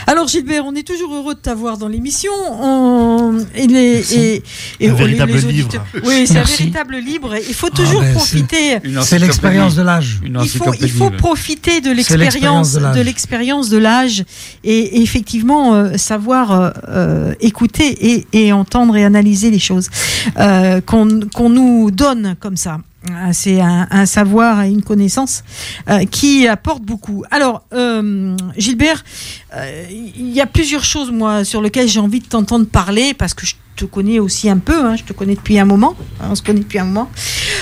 Alors Gilbert, on est toujours heureux de t'avoir dans l'émission. Un véritable livre. Oui, c'est un véritable livre. Il faut toujours profiter. C'est l'expérience de l'âge. Il faut profiter de l'expérience de l'âge et effectivement savoir écouter et entendre et analyser les choses qu'on nous donne comme ça. C'est un savoir et une connaissance qui apporte beaucoup. Alors, Gilbert, il y a plusieurs choses, moi, sur lesquelles j'ai envie de t'entendre parler, parce que je te connais aussi un peu, je te connais depuis un moment, on se connaît depuis un moment.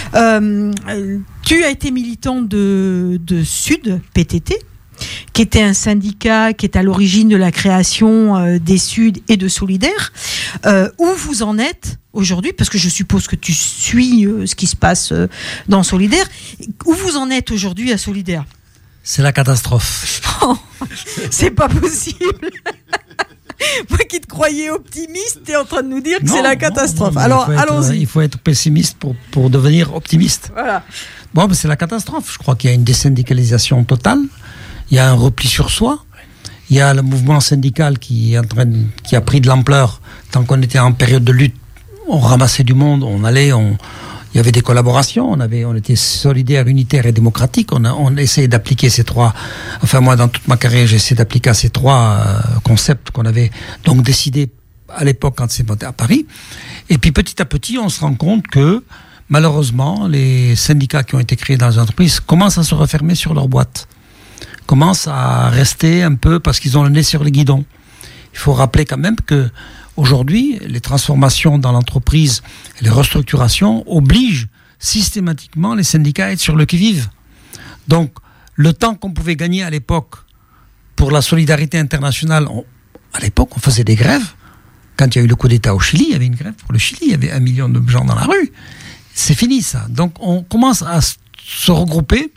Tu as été militant de Sud, PTT, qui était un syndicat qui est à l'origine de la création des Sud et de Solidaire. Où vous en êtes aujourd'hui, parce que je suppose que tu suis ce qui se passe dans Solidaire. Où vous en êtes aujourd'hui à Solidaire ? C'est la catastrophe. Oh, c'est pas possible. Moi qui te croyais optimiste, tu es en train de nous dire que c'est la catastrophe. Alors, allons-y. Il faut être pessimiste pour devenir optimiste. Voilà. Bon, c'est la catastrophe. Je crois qu'il y a une désyndicalisation totale. Il y a un repli sur soi. Il y a le mouvement syndical qui a pris de l'ampleur. Tant qu'on était en période de lutte, on ramassait du monde, on allait, il y avait des collaborations, on était solidaires, unitaires et démocratiques. On essayait d'appliquer ces trois. Enfin, moi, dans toute ma carrière, j'ai essayé d'appliquer ces trois concepts qu'on avait donc décidé à l'époque quand c'est monté à Paris. Et puis petit à petit, on se rend compte que malheureusement, les syndicats qui ont été créés dans les entreprises commencent à se refermer sur leurs boîtes, commencent à rester un peu parce qu'ils ont le nez sur les guidons. Il faut rappeler quand même que aujourd'hui, les transformations dans l'entreprise, les restructurations obligent systématiquement les syndicats à être sur le qui-vive. Donc, le temps qu'on pouvait gagner à l'époque pour la solidarité internationale, à l'époque, on faisait des grèves. Quand il y a eu le coup d'État au Chili, il y avait une grève pour le Chili, il y avait 1 million de gens dans la rue. C'est fini, ça. Donc, on commence à se regrouper.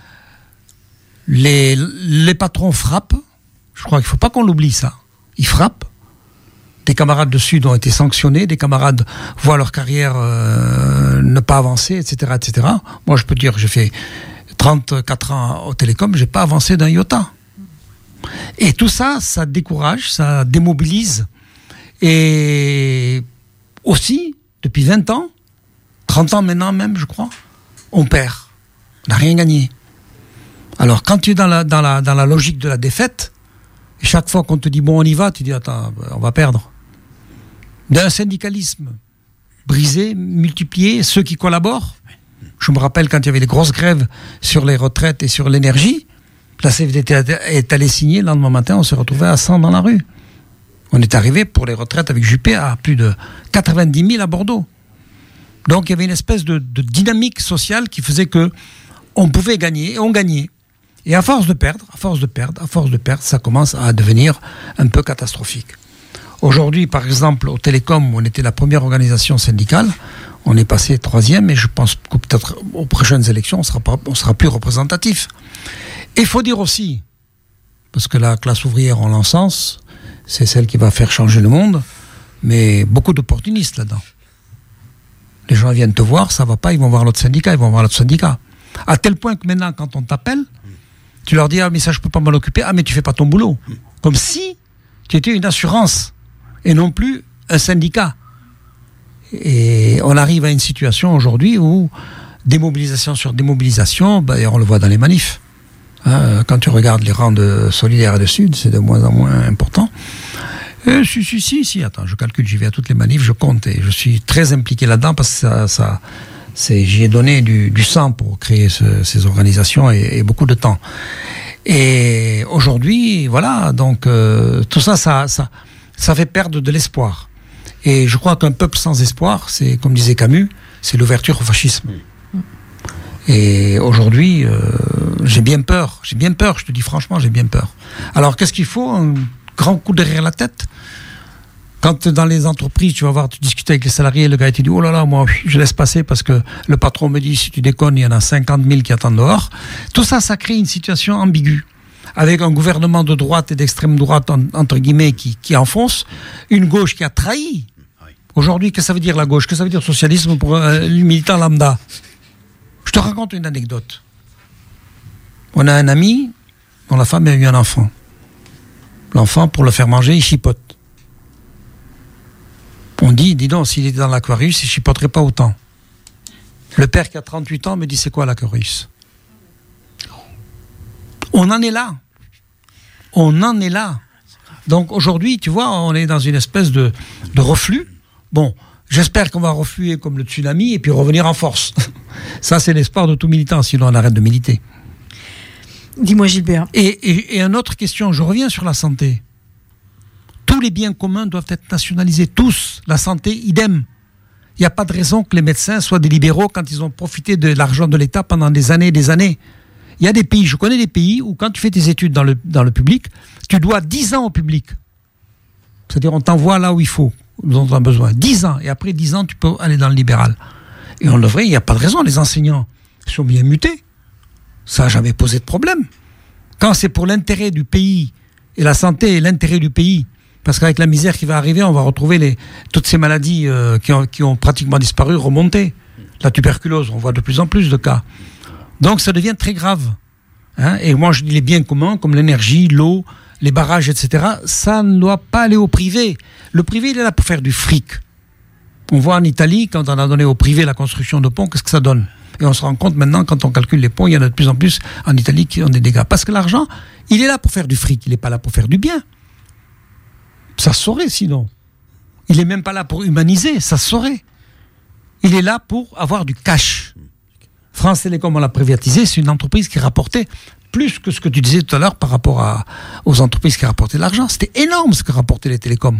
Les patrons frappent. Je crois qu'il ne faut pas qu'on l'oublie, ça. Ils frappent. Des camarades de Sud ont été sanctionnés, des camarades voient leur carrière ne pas avancer, etc., etc. Moi, je peux dire que j'ai fait 34 ans au Télécom, je n'ai pas avancé d'un iota. Et tout ça, ça décourage, ça démobilise. Et aussi, depuis 20 ans, 30 ans maintenant même, je crois, on perd. On n'a rien gagné. Alors, quand tu es dans la logique de la défaite, chaque fois qu'on te dit, bon, on y va, tu dis, attends, on va perdre. D'un syndicalisme brisé, multiplié, ceux qui collaborent. Je me rappelle quand il y avait des grosses grèves sur les retraites et sur l'énergie, la CFDT est allée signer, le lendemain matin, on s'est retrouvé à 100 dans la rue. On est arrivé pour les retraites avec Juppé à plus de 90 000 à Bordeaux. Donc il y avait une espèce de dynamique sociale qui faisait que on pouvait gagner, et on gagnait. Et à force de perdre, ça commence à devenir un peu catastrophique. Aujourd'hui, par exemple, au Télécom, où on était la première organisation syndicale, on est passé 3e, et je pense que peut-être aux prochaines élections, on sera plus représentatif. Et il faut dire aussi, parce que la classe ouvrière en l'encens, c'est celle qui va faire changer le monde, mais beaucoup d'opportunistes là-dedans. Les gens viennent te voir, ça va pas, ils vont voir l'autre syndicat, À tel point que maintenant, quand on t'appelle, tu leur dis, ah, mais ça, je peux pas m'en occuper. Ah, mais tu fais pas ton boulot. Comme si tu étais une assurance et non plus un syndicat. Et on arrive à une situation aujourd'hui où démobilisation sur démobilisation, on le voit dans les manifs. Quand tu regardes les rangs de Solidaire et de Sud, c'est de moins en moins important. Si, attends, je calcule, j'y vais à toutes les manifs, je compte et je suis très impliqué là-dedans parce que j'y ai donné du sang pour créer ces organisations et beaucoup de temps. Et aujourd'hui, voilà, donc tout ça fait perdre de l'espoir. Et je crois qu'un peuple sans espoir, c'est, comme disait Camus, c'est l'ouverture au fascisme. Et aujourd'hui, j'ai bien peur, je te dis franchement, j'ai bien peur. Alors qu'est-ce qu'il faut ? Un grand coup derrière la tête. Quand dans les entreprises, tu vas voir, tu discutes avec les salariés, le gars il te dit, oh là là, moi je laisse passer parce que le patron me dit, si tu déconnes, il y en a 50 000 qui attendent dehors. Tout ça, ça crée une situation ambiguë. Avec un gouvernement de droite et d'extrême droite, entre guillemets, qui enfonce, une gauche qui a trahi. Aujourd'hui, qu'est-ce que ça veut dire la gauche ? Qu'est-ce que ça veut dire socialisme pour un militant lambda ? Je te raconte une anecdote. On a un ami dont la femme a eu un enfant. L'enfant, pour le faire manger, il chipote. On dit, dis donc, s'il était dans l'Aquarius, il ne chipoterait pas autant. Le père qui a 38 ans me dit, c'est quoi l'Aquarius? On en est là. On en est là. Donc aujourd'hui, tu vois, on est dans une espèce de reflux. Bon, j'espère qu'on va refluer comme le tsunami et puis revenir en force. Ça, c'est l'espoir de tout militant, sinon on arrête de militer. Dis-moi, Gilbert. Et une autre question, je reviens sur la santé. Tous les biens communs doivent être nationalisés, tous. La santé, idem. Il n'y a pas de raison que les médecins soient des libéraux quand ils ont profité de l'argent de l'État pendant des années et des années. Il y a des pays, je connais des pays où quand tu fais tes études dans le public, tu dois 10 ans au public. C'est-à-dire on t'envoie là où il faut, dont on a besoin. 10 ans. Et après 10 ans, tu peux aller dans le libéral. Et on devrait, il n'y a pas de raison. Les enseignants sont bien mutés. Ça n'a jamais posé de problème. Quand c'est pour l'intérêt du pays, et la santé est l'intérêt du pays, parce qu'avec la misère qui va arriver, on va retrouver toutes ces maladies qui ont pratiquement disparu, remonter. La tuberculose, on voit de plus en plus de cas. Donc ça devient très grave. Hein, et moi je dis les biens communs, comme l'énergie, l'eau, les barrages, etc., ça ne doit pas aller au privé. Le privé, il est là pour faire du fric. On voit en Italie, quand on a donné au privé la construction de ponts, qu'est-ce que ça donne? Et on se rend compte maintenant, quand on calcule les ponts, il y en a de plus en plus en Italie qui ont des dégâts. Parce que l'argent, il est là pour faire du fric, il n'est pas là pour faire du bien. Ça se saurait sinon. Il n'est même pas là pour humaniser, ça se saurait. Il est là pour avoir du cash. France Télécom, on l'a privatisé, c'est une entreprise qui rapportait plus que ce que tu disais tout à l'heure par rapport aux entreprises qui rapportaient de l'argent. C'était énorme ce que rapportaient les télécoms.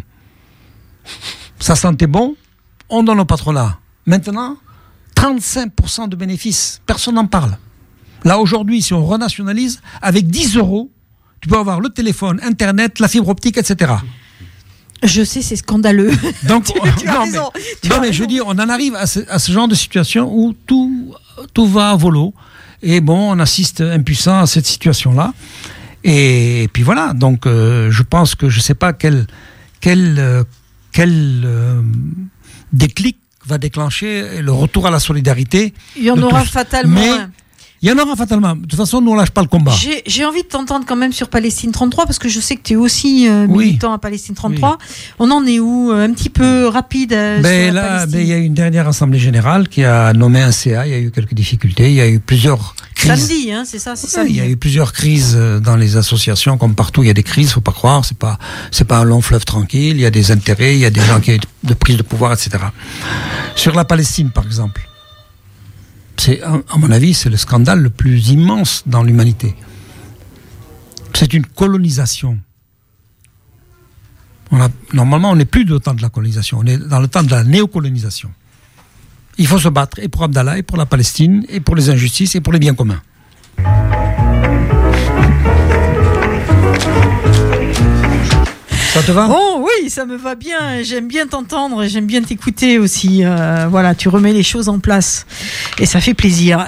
Ça sentait bon, on donne au patronat. Maintenant, 35% de bénéfices, personne n'en parle. Là aujourd'hui, si on renationalise, avec 10 €, tu peux avoir le téléphone, Internet, la fibre optique, etc. Je sais, c'est scandaleux. Donc, tu as raison. Mais je dis, on en arrive à ce genre de situation où tout va à volo. Et bon, on assiste impuissant à cette situation-là. Et puis voilà. Donc, je pense que je ne sais pas quel déclic va déclencher le retour à la solidarité. Il y en aura fatalement. Il y en aura fatalement. De toute façon, nous, on ne lâche pas le combat. J'ai envie de t'entendre quand même sur Palestine 33, parce que je sais que tu es aussi militant à Palestine 33. Oui. On en est où? Un petit peu rapide sur la Palestine. Il y a eu une dernière assemblée générale qui a nommé un CA. Il y a eu quelques difficultés. Il y a eu plusieurs crises. Samedi, hein, c'est ça, c'est samedi. Il y a eu plusieurs crises dans les associations. Comme partout, il y a des crises, il ne faut pas croire. C'est pas un long fleuve tranquille. Il y a des intérêts, il y a des gens qui ont de prise de pouvoir, etc. Sur la Palestine, par exemple. À mon avis, c'est le scandale le plus immense dans l'humanité. C'est une colonisation. Normalement, on n'est plus dans le temps de la colonisation, on est dans le temps de la néocolonisation. Il faut se battre et pour Abdallah, et pour la Palestine, et pour les injustices, et pour les biens communs. Ça te va? Oh oui, ça me va bien. J'aime bien t'entendre et j'aime bien t'écouter aussi. Voilà, tu remets les choses en place et ça fait plaisir.